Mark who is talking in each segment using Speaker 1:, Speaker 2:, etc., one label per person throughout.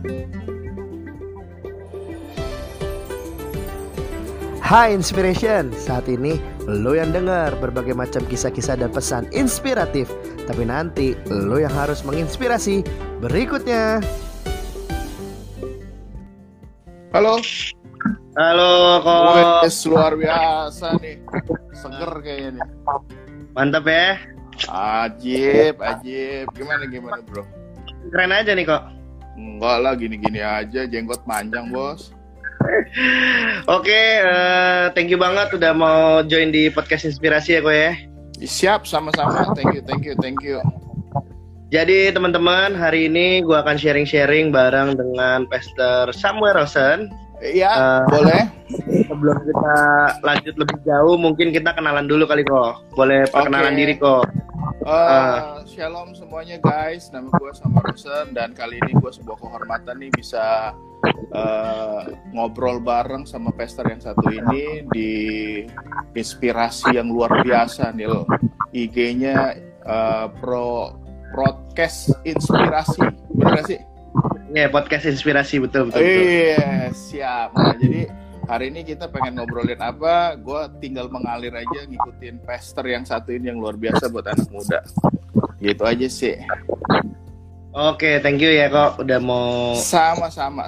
Speaker 1: Hai Inspiration, saat ini lo yang dengar berbagai macam kisah-kisah dan pesan inspiratif. Tapi nanti lo yang harus menginspirasi berikutnya.
Speaker 2: Halo.
Speaker 1: Halo Ko.
Speaker 2: Wes, luar biasa nih. Seger kayaknya nih.
Speaker 1: Mantap ya.
Speaker 2: Ajib. Gimana bro?
Speaker 1: Keren aja nih Kok.
Speaker 2: Enggak lah, gini-gini aja, jenggot panjang bos.
Speaker 1: Oke, thank you banget udah mau join di podcast inspirasi ya Ko ya.
Speaker 2: Siap, sama-sama. Thank you.
Speaker 1: Jadi teman-teman, hari ini gue akan sharing-sharing bareng dengan Pastor Samuel Rosen.
Speaker 2: Iya, boleh.
Speaker 1: Sebelum kita lanjut lebih jauh, mungkin kita kenalan dulu kali Ko. Boleh perkenalan diri Ko.
Speaker 2: Shalom semuanya guys, nama gue Samuel Rosen dan kali ini gue sebuah kehormatan nih bisa ngobrol bareng sama pastor yang satu ini di inspirasi yang luar biasa nih loh. IG-nya Podcast Inspirasi, bener gak sih?
Speaker 1: Iya, podcast inspirasi, betul.
Speaker 2: Iya, siap. Nah, jadi hari ini kita pengen ngobrolin apa? Gue tinggal mengalir aja ngikutin pastor yang satu ini yang luar biasa buat anak muda. Gitu aja sih.
Speaker 1: Oke, thank you ya Kok udah mau
Speaker 2: sama-sama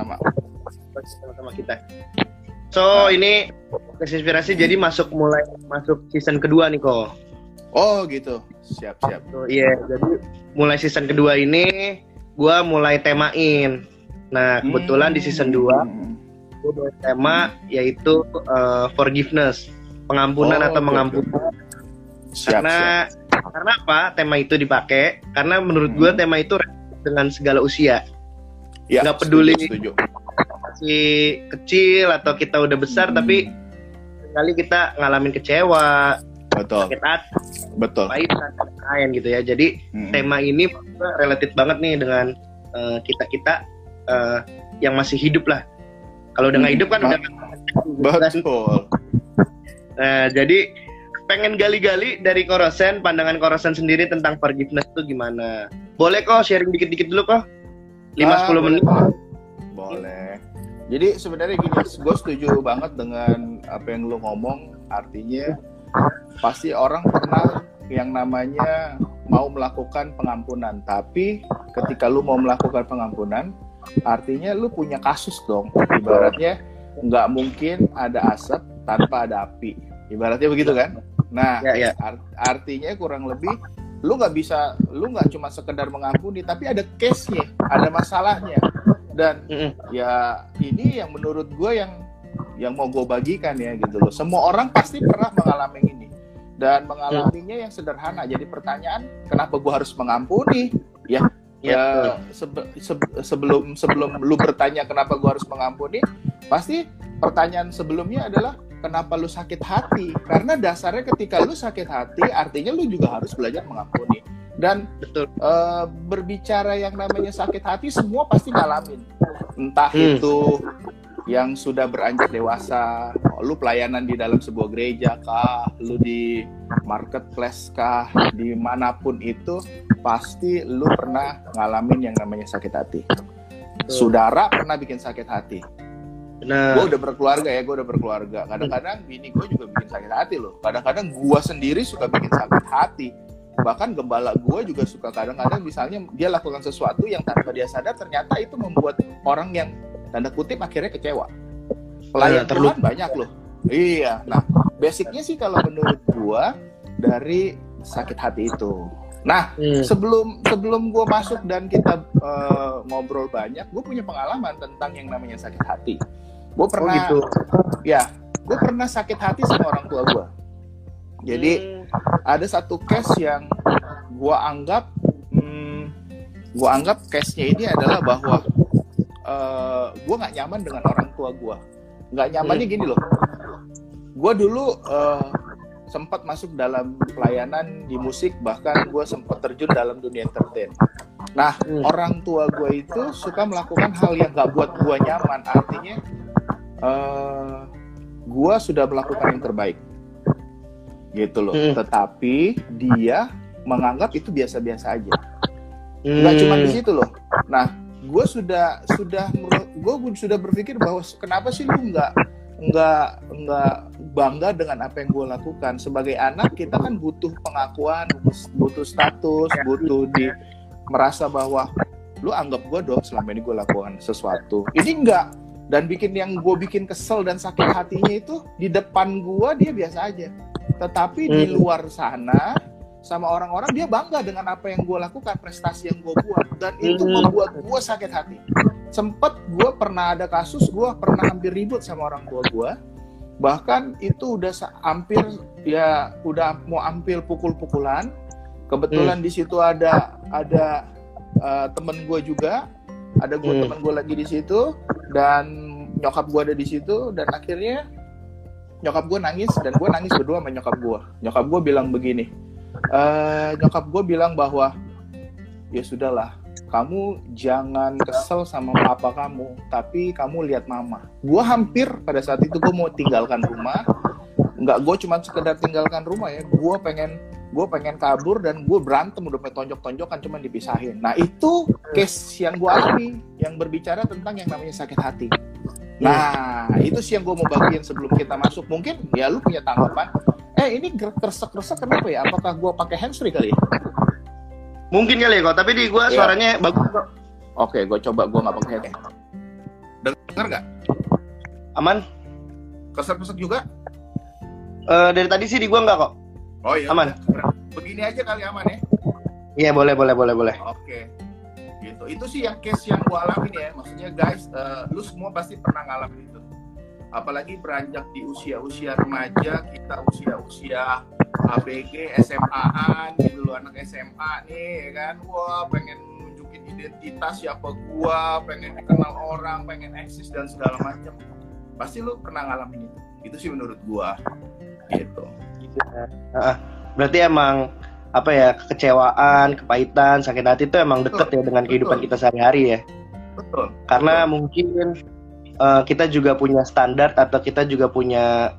Speaker 1: kita. So, ini podcast inspirasi jadi masuk season kedua nih Kok.
Speaker 2: Oh, gitu. Siap.
Speaker 1: So, iya, jadi mulai season kedua ini gua mulai temain. Nah, kebetulan di season 2 gue bawa tema yaitu forgiveness, pengampunan atau mengampuni.
Speaker 2: Siap.
Speaker 1: Karena apa tema itu dipakai? Karena menurut gue tema itu dengan segala usia.
Speaker 2: Ya,
Speaker 1: nggak peduli
Speaker 2: setuju.
Speaker 1: masih kecil atau kita udah besar, tapi kali kita ngalamin kecewa, sakit hati, pahit dan lain gitu ya. Jadi tema ini related banget nih dengan kita yang masih hidup lah. Kalau udah nggak hidup kan udah
Speaker 2: betul.
Speaker 1: Nah, jadi pengen gali-gali dari Korosen, pandangan Korosen sendiri tentang forgiveness itu gimana? Boleh Kok sharing dikit-dikit dulu Kok? 5-10 menit.
Speaker 2: Boleh. Jadi sebenarnya gini, gue setuju banget dengan apa yang lu ngomong. Artinya pasti orang pernah yang namanya mau melakukan pengampunan. Tapi ketika lu mau melakukan pengampunan, artinya lu punya kasus dong. Ibaratnya nggak mungkin ada asap tanpa ada api. Ibaratnya begitu kan? Nah, ya. Artinya kurang lebih lu nggak cuma sekedar mengampuni, tapi ada case-nya, ada masalahnya. Dan ya ini yang menurut gue yang mau gue bagikan ya gitu loh. Semua orang pasti pernah mengalami ini dan mengalaminya yang sederhana. Jadi pertanyaan, kenapa gue harus mengampuni? Sebelum lu bertanya kenapa gue harus mengampuni, pasti pertanyaan sebelumnya adalah kenapa lu sakit hati? Karena dasarnya ketika lu sakit hati, artinya lu juga harus belajar mengampuni. Dan berbicara yang namanya sakit hati, semua pasti ngalamin. Entah itu yang sudah beranjak dewasa, lu pelayanan di dalam sebuah gereja kah, lu di marketplace kah, dimanapun itu, pasti lu pernah ngalamin yang namanya sakit hati. Saudara pernah bikin sakit hati. Nah, gue udah berkeluarga. Kadang-kadang bini gue juga bikin sakit hati loh. Kadang-kadang gue sendiri suka bikin sakit hati. Bahkan gembala gue juga suka kadang-kadang misalnya dia lakukan sesuatu yang tanpa dia sadar ternyata itu membuat orang yang tanda kutip akhirnya kecewa. Pelayan Tuhan banyak loh. Iya. Nah, basicnya sih kalau menurut gue dari sakit hati itu. Nah, sebelum gue masuk dan kita ngobrol banyak, gue punya pengalaman tentang yang namanya sakit hati. Gue pernah, gue pernah sakit hati sama orang tua gue. Jadi ada satu case yang gue anggap case-nya ini adalah bahwa gue nggak nyaman dengan orang tua gue. Nggak nyamannya gini loh. Gue dulu sempat masuk dalam pelayanan di musik, bahkan gue sempat terjun dalam dunia entertain. Nah, orang tua gue itu suka melakukan hal yang nggak buat gue nyaman. Artinya gue sudah melakukan yang terbaik gitu loh, tetapi dia menganggap itu biasa-biasa aja. Nggak cuma di situ loh. Nah, gue sudah berpikir bahwa kenapa sih lu nggak bangga dengan apa yang gue lakukan. Sebagai anak kita kan butuh pengakuan, butuh status, butuh merasa bahwa lu anggap gue dong selama ini gue lakukan sesuatu. Ini enggak. Dan yang gue bikin kesel dan sakit hatinya itu di depan gue dia biasa aja. Tetapi di luar sana sama orang-orang dia bangga dengan apa yang gue lakukan, prestasi yang gue buat, dan itu membuat gue sakit hati. Sempet gue pernah ada kasus, gue pernah hampir ribut sama orang tua gue, bahkan itu udah udah mau hampir pukul-pukulan. Kebetulan di situ ada temen gue juga, temen gue lagi di situ, dan nyokap gue ada di situ, dan akhirnya nyokap gue nangis, dan gue nangis berdua sama nyokap gue. Nyokap gue bilang begini, nyokap gue bilang bahwa ya sudahlah, kamu jangan kesel sama papa kamu, tapi kamu lihat mama. Gue hampir pada saat itu gue mau tinggalkan rumah. Nggak, gue cuma sekedar tinggalkan rumah ya. Gue pengen kabur, dan gue berantem, udah pengen tonjok-tonjokan, cuma dipisahin. Nah itu case yang gue alami, yang berbicara tentang yang namanya sakit hati. Nah itu sih yang gue mau bagiin sebelum kita masuk. Mungkin ya lu punya tanggapan, ini kresek-kresek kenapa ya? Apakah gue pakai handsfree kali ya?
Speaker 1: Mungkin kali ya kok, tapi di gue suaranya bagus kok.
Speaker 2: Oke, gue coba, gue nggak pakai handsfree. Dengar nggak?
Speaker 1: Aman?
Speaker 2: Kresek-kresek juga?
Speaker 1: Dari tadi sih di gue nggak kok.
Speaker 2: Oh iya.
Speaker 1: Aman.
Speaker 2: Begini aja kali aman ya?
Speaker 1: Iya boleh.
Speaker 2: Oke. Gitu. Itu sih yang case yang gue alamin ya. Maksudnya guys, lu semua pasti pernah ngalamin itu. Apalagi beranjak di usia-usia remaja, kita usia-usia ABG, SMA-an gitu loh, anak SMA nih kan. Wah, pengen nunjukin identitas siapa gua, pengen dikenal orang, pengen eksis dan segala macam. Pasti lu pernah ngalamin itu. Itu sih menurut gua. Gitu.
Speaker 1: Berarti emang apa ya, kekecewaan, kepahitan, sakit hati itu emang deket ya dengan kehidupan kita sehari-hari ya.
Speaker 2: Betul.
Speaker 1: Karena mungkin kita juga punya standar, atau kita juga punya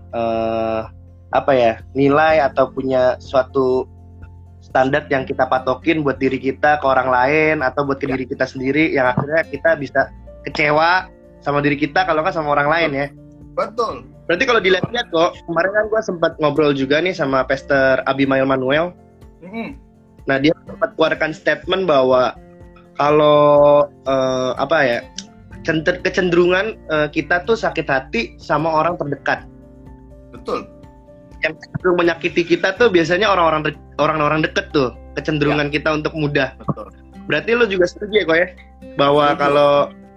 Speaker 1: nilai, atau punya suatu standar yang kita patokin buat diri kita ke orang lain, atau buat ke diri kita sendiri, yang akhirnya kita bisa kecewa sama diri kita kalau nggak sama orang lain ya.
Speaker 2: Betul.
Speaker 1: Berarti kalau dilihat-lihat kok, kemarin kan gue sempat ngobrol juga nih sama Pastor Abimael Manuel. Nah dia sempat keluarkan statement bahwa kalau kecenderungan kita tuh sakit hati sama orang terdekat.
Speaker 2: Betul.
Speaker 1: Yang cenderung menyakiti kita tuh biasanya orang-orang deket tuh, kecenderungan kita untuk mudah.
Speaker 2: Betul.
Speaker 1: Berarti lo juga setuju ya kok ya, bahwa kalau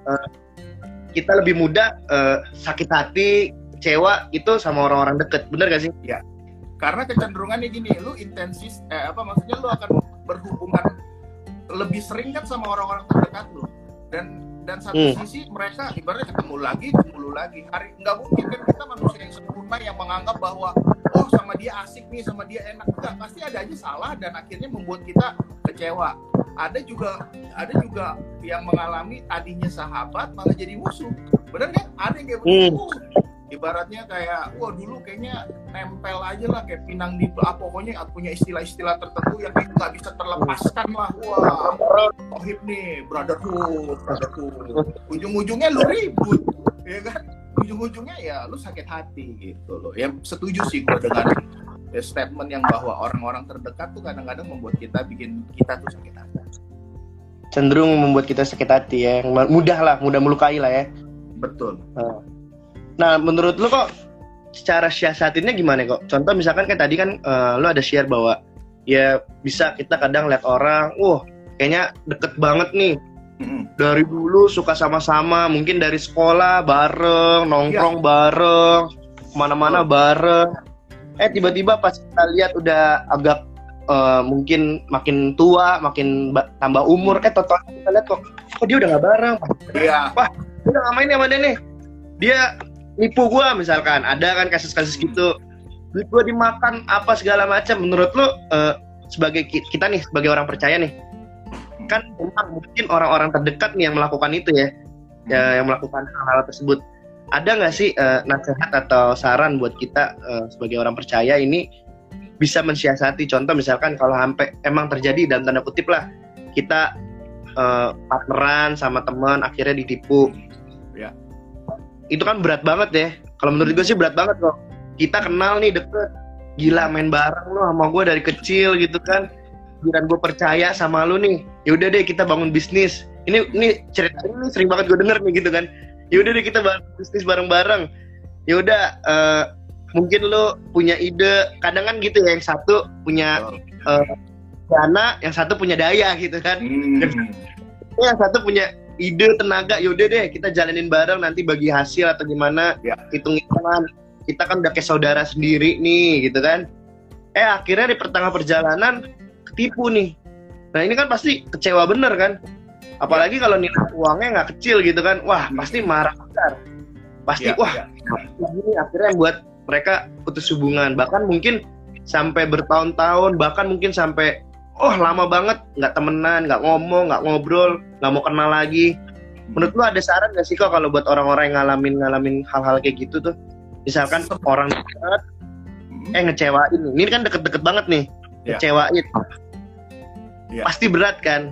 Speaker 1: kita lebih mudah sakit hati, kecewa itu sama orang-orang deket, bener gak sih?
Speaker 2: Iya. Karena kecenderungannya gini, lu maksudnya lu akan berhubungan lebih sering kan sama orang-orang terdekat lu. Dan satu sisi mereka ibaratnya ketemu lagi. Nggak mungkin kan kita manusia yang sempurna yang menganggap bahwa sama dia asik nih, sama dia enak. Enggak, pasti ada aja salah dan akhirnya membuat kita kecewa. Ada juga yang mengalami tadinya sahabat malah jadi musuh. Bener kan? Ada yang kayak begitu. Ibaratnya kayak, dulu kayaknya nempel aja lah kayak pinang di pokoknya punya istilah-istilah tertentu yang nggak bisa terlepaskan lah. Tohib nih, brotherhood. Ujung-ujungnya lu ribut, ya kan? Ujung-ujungnya ya lu sakit hati gitu loh. Ya setuju sih gue dengan statement yang bahwa orang-orang terdekat tuh kadang-kadang membuat bikin kita tuh sakit hati.
Speaker 1: Cenderung membuat kita sakit hati ya, mudah melukai lah ya.
Speaker 2: Betul.
Speaker 1: Nah, menurut lu kok secara siasatinnya gimana kok? Contoh misalkan kayak tadi kan lu ada share bahwa ya bisa kita kadang lihat orang, kayaknya deket banget nih. Dari dulu suka sama-sama, mungkin dari sekolah bareng, nongkrong bareng, kemana-mana bareng. Tiba-tiba pas kita lihat udah agak mungkin makin tua, makin tambah umur, total kita lihat kok dia udah nggak bareng.
Speaker 2: Iya.
Speaker 1: Wah, udah ngapain nih sama dia nih? Dia nipu gue misalkan, ada kan kasus-kasus gitu, duit gue dimakan apa segala macam. Menurut lo sebagai kita nih, sebagai orang percaya nih, kan memang mungkin orang-orang terdekat nih yang melakukan itu ya, yang melakukan hal-hal tersebut. Ada nggak sih nasihat atau saran buat kita sebagai orang percaya ini bisa mensiasati? Contoh misalkan kalau sampai emang terjadi dalam tanda kutip lah, kita partneran sama teman akhirnya ditipu.
Speaker 2: Ya.
Speaker 1: Itu kan berat banget ya. Kalau menurut gue sih berat banget kok. Kita kenal nih deket, gila main bareng lo sama gue dari kecil gitu kan. Giliran gue percaya sama lu nih, yaudah deh kita bangun bisnis. Ini cerita ini sering banget gue denger nih gitu kan. Yaudah deh kita bangun bisnis bareng-bareng. Yaudah, mungkin lu punya ide. Kadang kan gitu ya, yang satu punya dana, yang satu punya daya gitu kan. Yang satu punya ide, tenaga, yaudah deh kita jalanin bareng, nanti bagi hasil atau gimana, hitung-hitungan. Kita kan udah kayak saudara sendiri nih gitu kan. Akhirnya di pertengahan perjalanan ketipu nih. Nah ini kan pasti kecewa bener kan. Apalagi kalau nilai uangnya nggak kecil gitu kan. Wah pasti marah besar. Pasti ini akhirnya buat mereka putus hubungan. Bahkan mungkin sampai bertahun-tahun, bahkan mungkin sampai lama banget nggak temenan, nggak ngomong, nggak ngobrol, nggak mau kenal lagi. Menurut lu ada saran nggak sih kok kalau buat orang-orang yang ngalamin hal-hal kayak gitu tuh? Misalkan orang deket, ngecewain. Ini kan deket-deket banget nih, ngecewain. Pasti berat kan?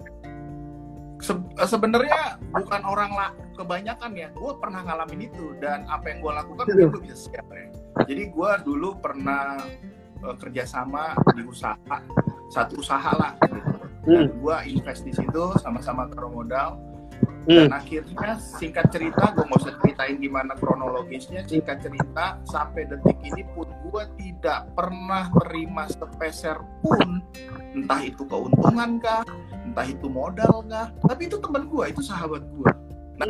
Speaker 2: Sebenarnya bukan orang lah, kebanyakan ya. Gue pernah ngalamin itu dan apa yang gue lakukan gue bisa share ya. Jadi gue dulu pernah kerjasama di satu usaha lah. Gitu. Dan gue invest di situ sama-sama taruh modal. Dan akhirnya singkat cerita, gue nggak usah ceritain gimana kronologisnya. Singkat cerita, sampai detik ini pun gue tidak pernah terima sepeser pun, entah itu keuntungan kah, entah itu modal kah. Tapi itu teman gue, itu sahabat gue. Nah,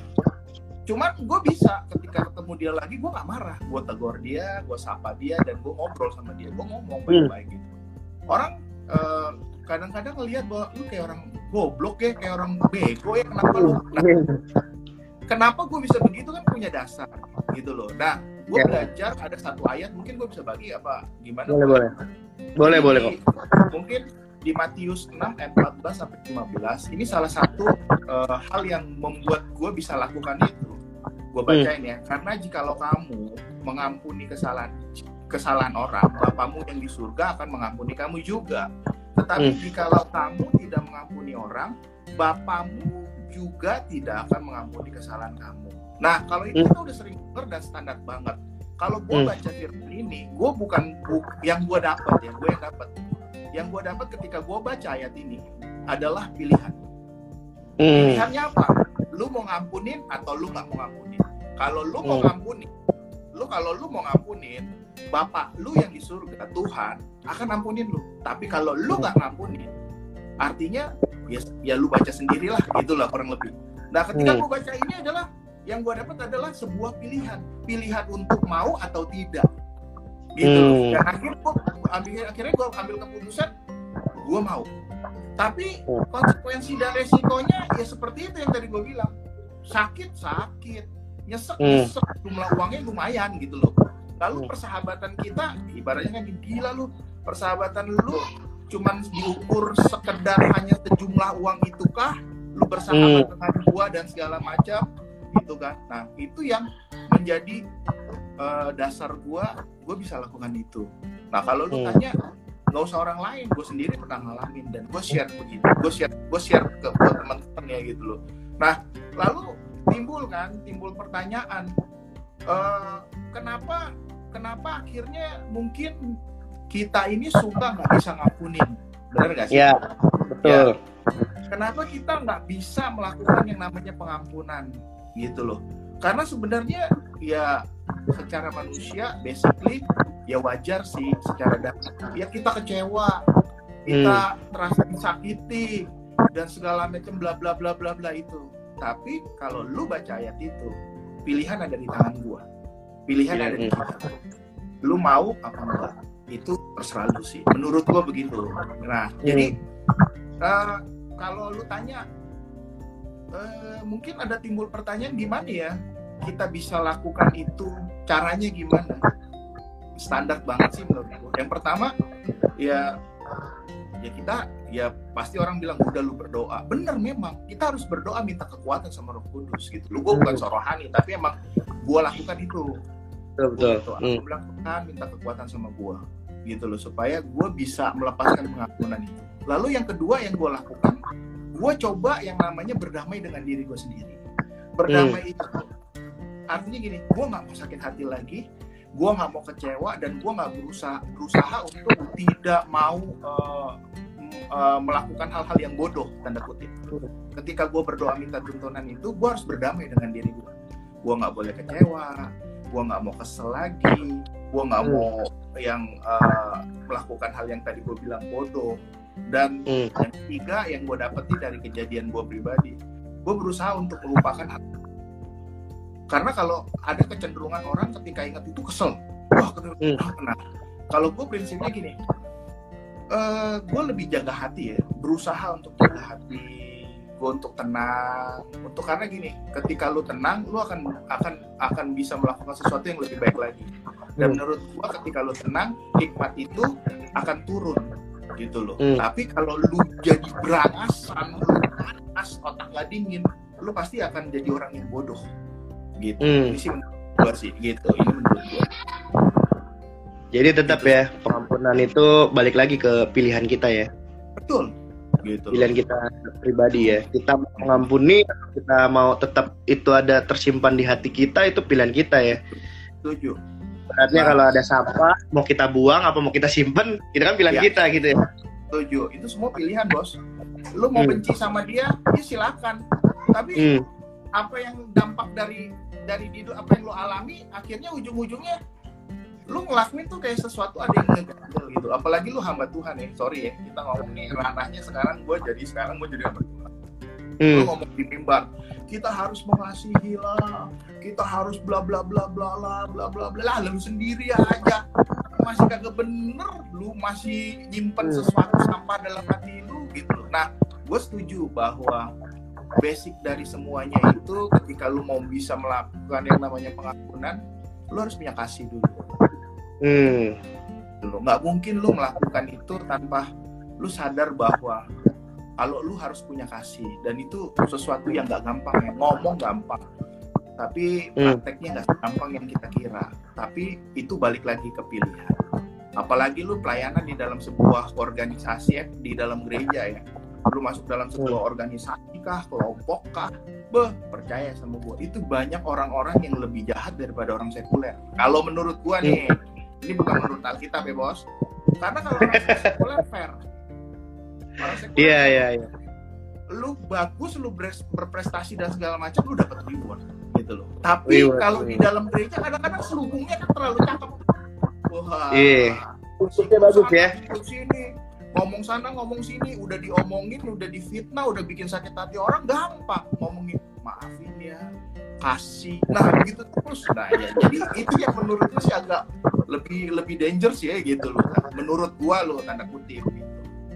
Speaker 2: cuman gue bisa ketika ketemu dia lagi, gue nggak marah. Gue tegur dia, gue sapa dia, dan gue ngobrol sama dia. Gue ngomong baik-baik gitu. Orang kadang-kadang ngelihat bahwa lu kayak orang goblok ya, kayak orang bego ya, kenapa lu? Nah, kenapa gue bisa begitu kan punya dasar gitu loh. Nah, gue belajar ada satu ayat, mungkin gue bisa bagi apa gimana?
Speaker 1: Boleh kok.
Speaker 2: Mungkin di Matius 6 ayat 14 sampai 15 ini salah satu hal yang membuat gue bisa lakukan itu. Gue bacain ya. Karena jikalau kamu mengampuni kesalahan orang, Bapamu yang di surga akan mengampuni kamu juga. Tetapi jikalau kamu tidak mengampuni orang, Bapamu juga tidak akan mengampuni kesalahan kamu. Nah, kalau itu kita udah sering dengar dan standar banget. Kalau gue baca firman ini, gue bukan yang gue dapat ya, yang gue dapat ketika gue baca ayat ini adalah pilihan. Pilihannya apa? Lu mau ngampunin atau lu nggak mau ngampunin? Kalau lu mau ngampunin, kalau lu mau ngampunin, Bapak lu yang di surga, Tuhan akan ampunin lu. Tapi kalau lu nggak ngampunin, artinya ya lu baca sendirilah, gitulah kurang lebih. Nah, ketika gue baca ini adalah yang gue dapat adalah sebuah pilihan untuk mau atau tidak, gitu. Dan akhirnya gue ambil keputusan, gue mau. Tapi konsekuensi dan resikonya ya seperti itu yang tadi gue bilang, sakit, nyesek, jumlah uangnya lumayan gitu loh. Lalu persahabatan kita, ibaratnya kan gila lu, persahabatan lu cuman diukur sekedar hanya sejumlah uang itukah, lu bersahabat dengan gua dan segala macam, gitu kan. Nah, itu yang menjadi dasar gua bisa lakukan itu. Nah, kalau lu tanya, nggak usah orang lain, gue sendiri pernah ngalamin dan gue share begitu, gue share ke buat teman-teman ya gitu loh. Nah, lalu timbul pertanyaan, kenapa akhirnya mungkin kita ini suka nggak bisa ngampunin, benar nggak sih?
Speaker 1: Ya, betul.
Speaker 2: Ya. Kenapa kita nggak bisa melakukan yang namanya pengampunan gitu loh? Karena sebenarnya ya secara manusia basically ya wajar sih secara dasar. Ya kita kecewa, kita terasa disakiti dan segala macam bla bla bla bla bla itu. Tapi kalau lu baca ayat itu, pilihan ada di tangan gua. Pilihan ada di tangan. Lu mau apa enggak? Itu terserah lu sih. Menurut gua begitu. Nah, jadi kalau lu tanya mungkin ada timbul pertanyaan gimana ya kita bisa lakukan itu, caranya gimana? Standar banget sih menurut gue. Yang pertama ya kita ya pasti orang bilang udah lu berdoa. Bener, memang kita harus berdoa minta kekuatan sama Roh Kudus gitu. Lu gue bukan sorohani tapi emang gue lakukan itu. Betul. Aku bilang minta kekuatan sama gue gitu loh supaya gue bisa melepaskan pengampunan itu. Lalu yang kedua yang gue lakukan, gue coba yang namanya berdamai dengan diri gue sendiri. Berdamai itu artinya gini, gue nggak mau sakit hati lagi, gue nggak mau kecewa, dan gue nggak berusaha untuk tidak mau melakukan hal-hal yang bodoh, tanda kutip. Ketika gue berdoa minta tuntunan itu, gue harus berdamai dengan diri gue. Gue nggak boleh kecewa, gue nggak mau kesel lagi, gue nggak mau yang melakukan hal yang tadi gue bilang bodoh. Dan yang ketiga yang gue dapetin dari kejadian gue pribadi, gue berusaha untuk melupakan hal. Karena kalau ada kecenderungan orang ketika ingat itu kesel, nah kalau gue prinsipnya gini, gue lebih jaga hati ya, berusaha untuk jaga hati gue untuk tenang, karena gini, ketika lu tenang, lu akan bisa melakukan sesuatu yang lebih baik lagi. Dan menurut gue ketika lu tenang, hikmat itu akan turun gitu loh. Tapi kalau lu jadi berangasan, lu panas, otak gak dingin, lu pasti akan jadi orang yang bodoh gitu. Ini sih menurut gue sih gitu. Ini menurut gue.
Speaker 1: Jadi tetap gitu. Ya, pengampunan itu balik lagi ke pilihan kita ya.
Speaker 2: Betul. Gitu.
Speaker 1: Pilihan kita pribadi ya. Kita mau mengampuni, kita mau tetap itu ada tersimpan di hati kita, itu pilihan kita ya.
Speaker 2: Setuju.
Speaker 1: Berarti kalau ada sampah, mau kita buang apa mau kita simpen, itu kan pilihan kita gitu ya.
Speaker 2: Setuju. Itu semua pilihan, Bos. Lu mau benci sama dia, ya silakan. Tapi apa yang dampak dari apa yang lu alami, akhirnya ujung-ujungnya lu ngelakuin tuh kayak sesuatu ada yang ngeganjel gitu. Apalagi lu hamba Tuhan ya. Sorry ya, kita ngomong nih ranahnya sekarang gue jadi hamba Tuhan. Lu ngomong di mimbar, kita harus mengasihi lah, kita harus bla bla bla bla bla bla bla lah, lu sendiri aja masih kagak bener, lu masih nyimpen sesuatu sampah dalam hati lu gitu. Nah, gue setuju bahwa basic dari semuanya itu ketika lu mau bisa melakukan yang namanya pengampunan, lu harus punya kasih dulu. Nggak mungkin lu melakukan itu tanpa lu sadar bahwa kalau lu harus punya kasih, dan itu sesuatu yang nggak gampang ya. Ngomong gampang, tapi prakteknya nggak segampang yang kita kira. Tapi itu balik lagi ke pilihan. Apalagi lu pelayanan di dalam sebuah organisasi ya, di dalam gereja ya. Lu masuk dalam sebuah organisasi kah, kelompok kah, percaya sama gua, itu banyak orang-orang yang lebih jahat daripada orang sekuler. Kalau menurut gua nih, ini bukan menurut Alkitab ya bos. Karena kalau orang sekuler fair.
Speaker 1: Iya.
Speaker 2: Lu bagus, lu berprestasi dan segala macam, lu dapat reward gitu loh. Tapi kalau di dalam gereja kadang-kadang selubungnya kan terlalu cakep. Wah.
Speaker 1: Musiknya bagus ya.
Speaker 2: Sini, ngomong sana, ngomong sini, udah diomongin, udah difitnah, udah bikin sakit hati orang, gampang ngomongin maafin ya, kasih. Nah, begitu terus. Nah, ya, jadi itu yang menurut gue sih agak lebih dangerous ya gitu loh. Menurut gua lo, tanda kutip gitu.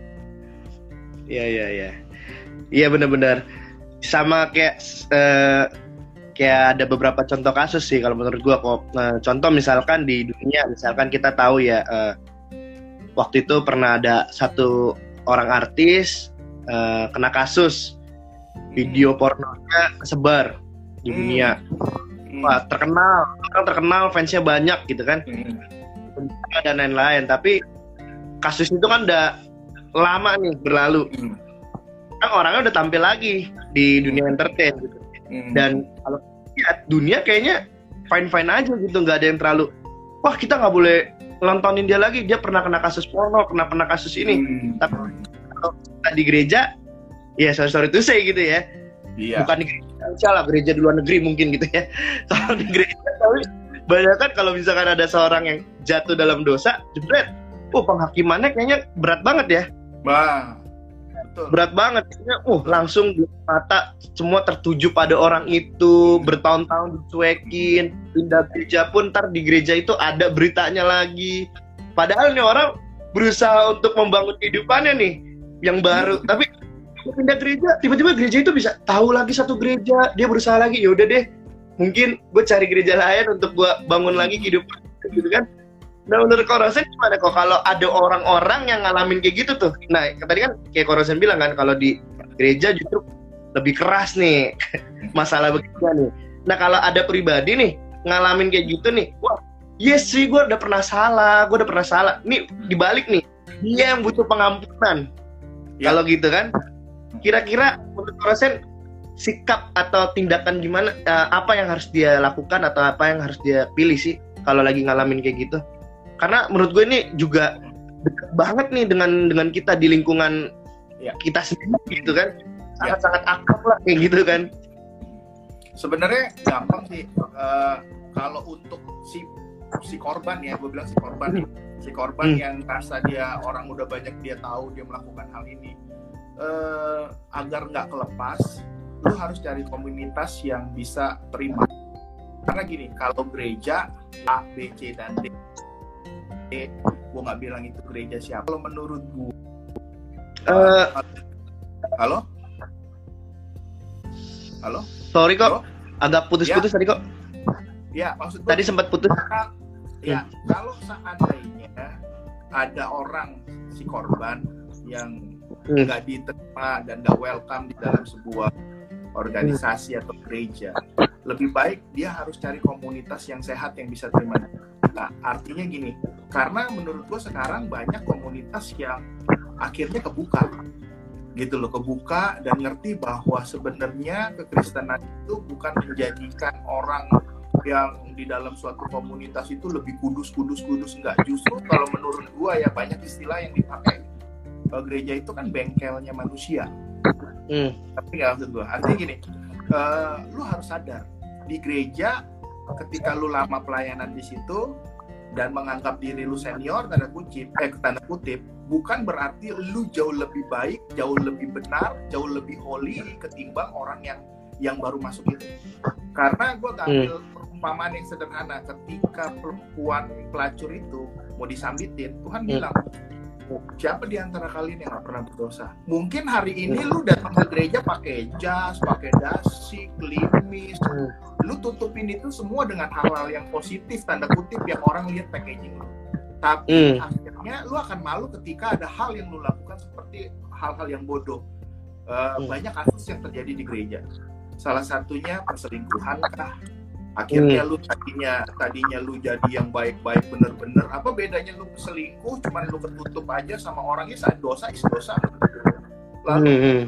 Speaker 1: Iya. Iya benar-benar. Sama kayak ada beberapa contoh kasus sih kalau menurut gua kok. Contoh misalkan di dunia, misalkan kita tahu ya waktu itu pernah ada satu orang artis kena kasus video pornonya kesebar di dunia. Wah, terkenal, fansnya banyak gitu kan. Dan lain-lain, tapi kasus itu kan udah lama nih berlalu. Kan orangnya udah tampil lagi di dunia entertain gitu. Dan kalau lihat dunia kayaknya fine-fine aja gitu, nggak ada yang terlalu wah kita nggak boleh nontonin dia lagi, dia pernah kena kasus porno, pernah kasus ini. Tapi kalau kita di gereja, ya sorry to say gitu ya. Iya. Bukan di gereja, insyaAllah gereja di luar negeri mungkin gitu ya. Kalau di gereja, tapi banyak kan kalau misalkan ada seorang yang jatuh dalam dosa, jebret, penghakimannya kayaknya berat banget ya. Betul. Berat banget, langsung di mata semua tertuju pada orang itu, bertahun-tahun dicuekin, pindah gereja pun ntar di gereja itu ada beritanya lagi. Padahal nih orang berusaha untuk membangun kehidupannya nih yang baru, tapi pindah gereja, tiba-tiba gereja itu bisa tahu lagi satu gereja, dia berusaha lagi, yaudah deh, mungkin gue cari gereja lain untuk gue bangun lagi kehidupan gitu kan. Nah menurut Kak Rosen gimana kok kalau ada orang-orang yang ngalamin kayak gitu tuh? Nah tadi kan kayak Kak Rosen bilang kan kalau di gereja justru lebih keras nih masalah begini nih. Nah kalau ada pribadi nih ngalamin kayak gitu nih, wah yes sih gue udah pernah salah. Nih dibalik nih, dia yang butuh pengampunan. Kalau gitu kan, Kira-kira menurut Rosen sikap atau tindakan gimana, apa yang harus dia lakukan atau apa yang harus dia pilih sih kalau lagi ngalamin kayak gitu? Karena menurut gue ini juga dekat banget nih dengan kita di lingkungan kita sendiri gitu kan, sangat-sangat akrab lah kayak gitu kan.
Speaker 2: Sebenarnya gampang sih, kalau untuk si korban ya, gue bilang si korban yang rasa dia orang udah banyak dia tahu dia melakukan hal ini, agar nggak kelepas, lu harus cari komunitas yang bisa terima. Karena gini, kalau gereja A, B, C, dan D, gue nggak bilang itu gereja siapa. Kalau menurut gue, halo?
Speaker 1: Sorry kok, agak putus-putus tadi kok.
Speaker 2: Ya, maksud gue
Speaker 1: tadi sempat putus.
Speaker 2: Kalau seandainya ada orang si korban yang nggak diterima dan nggak welcome di dalam sebuah organisasi atau gereja, lebih baik dia harus cari komunitas yang sehat yang bisa terima. Nah, artinya gini, karena menurut gue sekarang banyak komunitas yang akhirnya kebuka gitu loh, kebuka dan ngerti bahwa sebenarnya kekristenan itu bukan menjadikan orang yang di dalam suatu komunitas itu lebih kudus, enggak. Justru kalau menurut gue ya banyak istilah yang dipakai, gereja itu kan bengkelnya manusia. Tapi nggak maksud gue, artinya gini, lu harus sadar di gereja ketika lu lama pelayanan di situ dan menganggap diri lu senior tanda kutip, bukan berarti lu jauh lebih baik, jauh lebih benar, jauh lebih holy ketimbang orang yang baru masuk itu. Karena gue ambil perumpamaan yang sederhana, ketika perempuan pelacur itu mau disambitin, Tuhan bilang, siapa di antara kalian yang gak pernah berdosa? Mungkin hari ini lu datang ke gereja pakai jas, pakai dasi, klimis, lu tutupin itu semua dengan hal-hal yang positif, tanda kutip, yang orang lihat packaging lu. Tapi akhirnya lu akan malu ketika ada hal yang lu lakukan seperti hal-hal yang bodoh. Banyak kasus yang terjadi di gereja. Salah satunya perselingkuhan kah? Akhirnya lu tadinya lu jadi yang baik-baik bener-bener, apa bedanya lu selingkuh cuman lu ketutup aja sama orangnya saat dosa is dosa. Lalu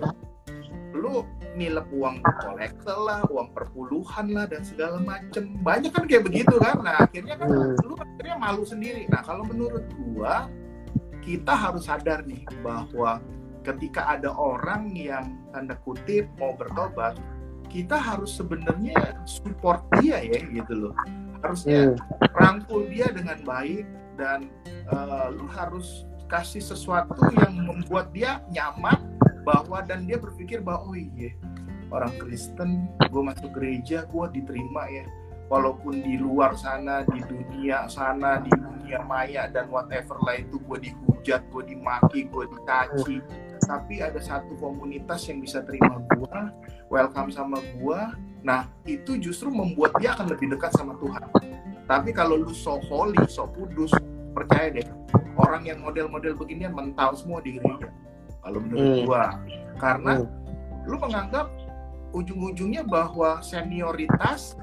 Speaker 2: lu nilep uang kolektor lah, uang perpuluhan lah dan segala macem, banyak kan kayak begitu kan. Nah akhirnya kan lu akhirnya malu sendiri. Nah kalau menurut gua, kita harus sadar nih bahwa ketika ada orang yang tanda kutip mau bertobat, kita harus sebenarnya support dia ya gitu loh. Harusnya rangkul dia dengan baik dan lu harus kasih sesuatu yang membuat dia nyaman bahwa dan dia berpikir bahwa oh iya orang Kristen, gue masuk gereja gue diterima ya. Walaupun di luar sana, di dunia sana, di dunia maya dan whatever lah itu gue dihujat, gue dimaki, gue dicaci, tapi ada satu komunitas yang bisa terima gue, welcome sama gua. Nah, itu justru membuat dia akan lebih dekat sama Tuhan. Tapi kalau lu so holy, so kudus, percaya deh, orang yang model-model beginian mental semua di gereja. Kalau menurut gua, karena lu menganggap ujung-ujungnya bahwa senioritas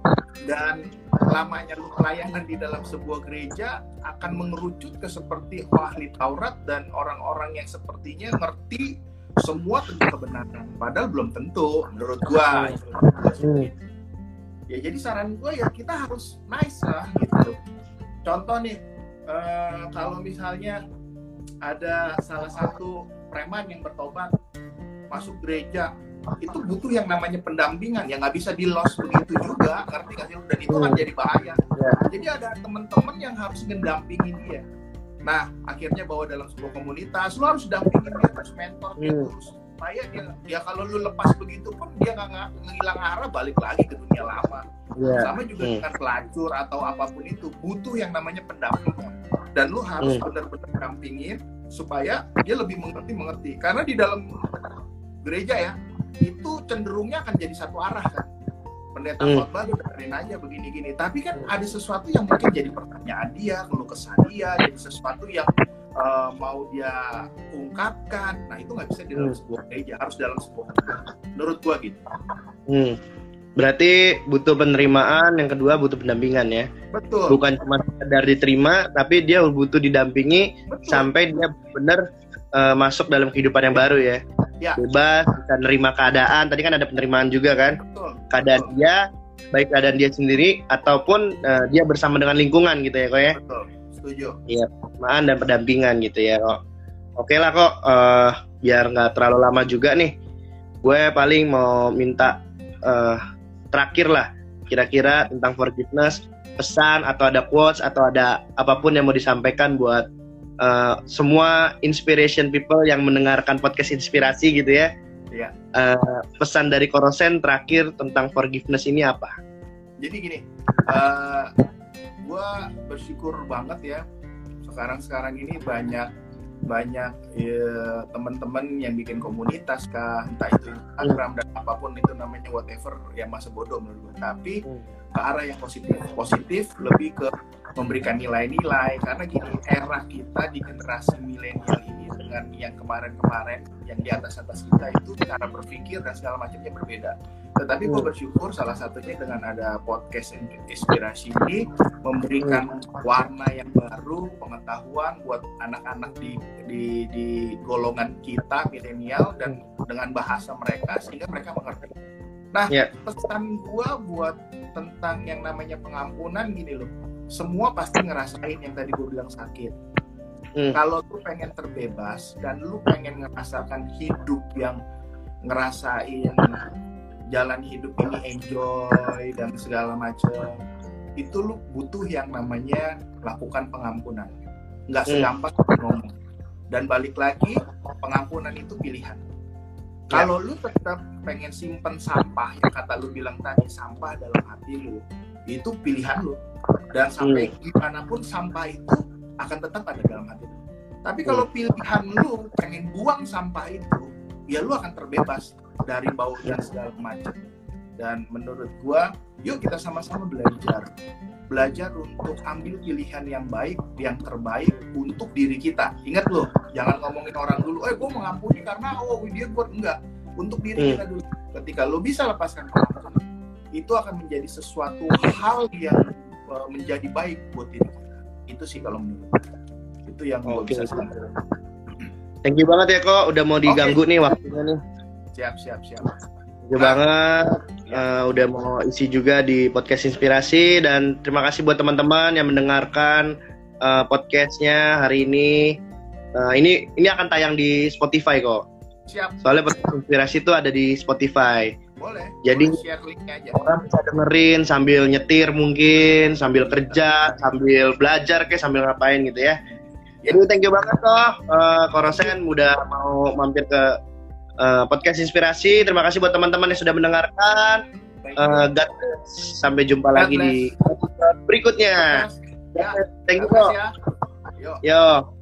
Speaker 2: dan lamanya lu pelayanan di dalam sebuah gereja akan mengerucut ke seperti ahli Taurat dan orang-orang yang sepertinya ngerti semua tentang kebenaran, padahal belum tentu menurut gua. Ya jadi saran gua ya kita harus nice lah gitu. Contoh nih, kalau misalnya ada salah satu preman yang bertobat masuk gereja, itu butuh yang namanya pendampingan, yang nggak bisa di loss begitu juga, ngerti nggak sih? Dan itu kan jadi bahaya. Jadi ada teman-teman yang harus mendampingi dia. Nah, akhirnya bawa dalam sebuah komunitas, lu harus dampingin dia, harus mentor dia terus. Supaya dia kalau lu lepas begitu pun dia nggak ngilang arah, balik lagi ke dunia lama. Sama juga dengan pelacur atau apapun itu, butuh yang namanya pendampingan. Dan lu harus benar-benar dampingin supaya dia lebih mengerti. Karena di dalam gereja ya, itu cenderungnya akan jadi satu arah kan. Pendeta khotbah lu dengerin aja begini-gini, tapi kan ada sesuatu yang mungkin jadi pertanyaan dia, keluh kesah dia, jadi sesuatu yang mau dia ungkapkan. Nah itu nggak bisa di dalam sebuah gereja, harus dalam sebuah gereja. Menurut gua gitu.
Speaker 1: Berarti butuh penerimaan, yang kedua butuh pendampingan ya.
Speaker 2: Betul.
Speaker 1: Bukan cuma sekedar diterima, tapi dia butuh didampingi sampai dia benar masuk dalam kehidupan yang baru ya. bebas, bisa nerima keadaan. Tadi kan ada penerimaan juga kan.
Speaker 2: Betul.
Speaker 1: Keadaan dia, baik keadaan dia sendiri ataupun dia bersama dengan lingkungan gitu ya kok ya.
Speaker 2: Betul, setuju.
Speaker 1: Iya, penerimaan dan pendampingan gitu ya kok. Oke lah kok, biar nggak terlalu lama juga nih, gue paling mau minta terakhir lah, kira-kira tentang forgiveness, pesan atau ada quotes atau ada apapun yang mau disampaikan buat semua inspiration people yang mendengarkan podcast inspirasi gitu ya.
Speaker 2: Iya.
Speaker 1: Pesan dari Korosen terakhir tentang forgiveness ini apa?
Speaker 2: Jadi gini, gue bersyukur banget ya sekarang ini banyak teman-teman yang bikin komunitas kah, entah itu Instagram dan apapun itu namanya, whatever, yang masa bodoh menurut gue, tapi ke arah yang positif, lebih ke memberikan nilai-nilai. Karena gini, era kita di generasi milenial ini dengan yang kemarin-kemarin yang di atas kita itu cara berpikir dan segala macamnya berbeda. Tetapi gue bersyukur salah satunya dengan ada podcast inspirasi ini memberikan warna yang baru, pengetahuan buat anak-anak di golongan kita milenial dan dengan bahasa mereka sehingga mereka mengerti. Nah, pesan gue buat tentang yang namanya pengampunan gini loh, semua pasti ngerasain yang tadi gue bilang sakit. Kalau lu pengen terbebas dan lu pengen ngerasakan hidup yang ngerasain jalan hidup ini enjoy dan segala macam, itu lu butuh yang namanya lakukan pengampunan. Nggak segampang ngomong. Dan balik lagi, pengampunan itu pilihan. Kalau lu tetap pengen simpen sampah, yang kata lu bilang tadi, sampah dalam hati lu, itu pilihan lu. Dan sampai gimana pun sampah itu akan tetap ada dalam hati lu. Tapi kalau pilihan lu pengen buang sampah itu, ya lu akan terbebas dari bau dan segala macam. Dan menurut gua, yuk kita sama-sama belajar untuk ambil pilihan yang baik, yang terbaik untuk diri kita. Ingat loh, jangan ngomongin orang dulu, gua mengampuni karena dia buat, enggak. Untuk diri kita dulu. Ketika lo bisa lepaskan pengampunan, itu akan menjadi sesuatu hal yang menjadi baik buat diri kita. Itu sih kalau menurut gue. Itu yang gue bisa sampaikan.
Speaker 1: Thank you banget ya kok, udah mau diganggu nih waktunya nih.
Speaker 2: Siap.
Speaker 1: Thank you banget, udah mau isi juga di podcast inspirasi, dan terima kasih buat teman-teman yang mendengarkan podcastnya hari ini. Ini akan tayang di Spotify kok.
Speaker 2: Siap.
Speaker 1: Soalnya podcast inspirasi itu ada di Spotify.
Speaker 2: Boleh.
Speaker 1: Jadi
Speaker 2: share linknya aja.
Speaker 1: Orang bisa dengerin sambil nyetir mungkin, sambil kerja, sambil belajar, sambil ngapain gitu ya. Jadi thank you banget Korosen udah mau mampir ke podcast inspirasi. Terima kasih buat teman-teman yang sudah mendengarkan. God bless. Sampai jumpa lagi di episode berikutnya.
Speaker 2: Ya.
Speaker 1: Thank you kok.
Speaker 2: Yo.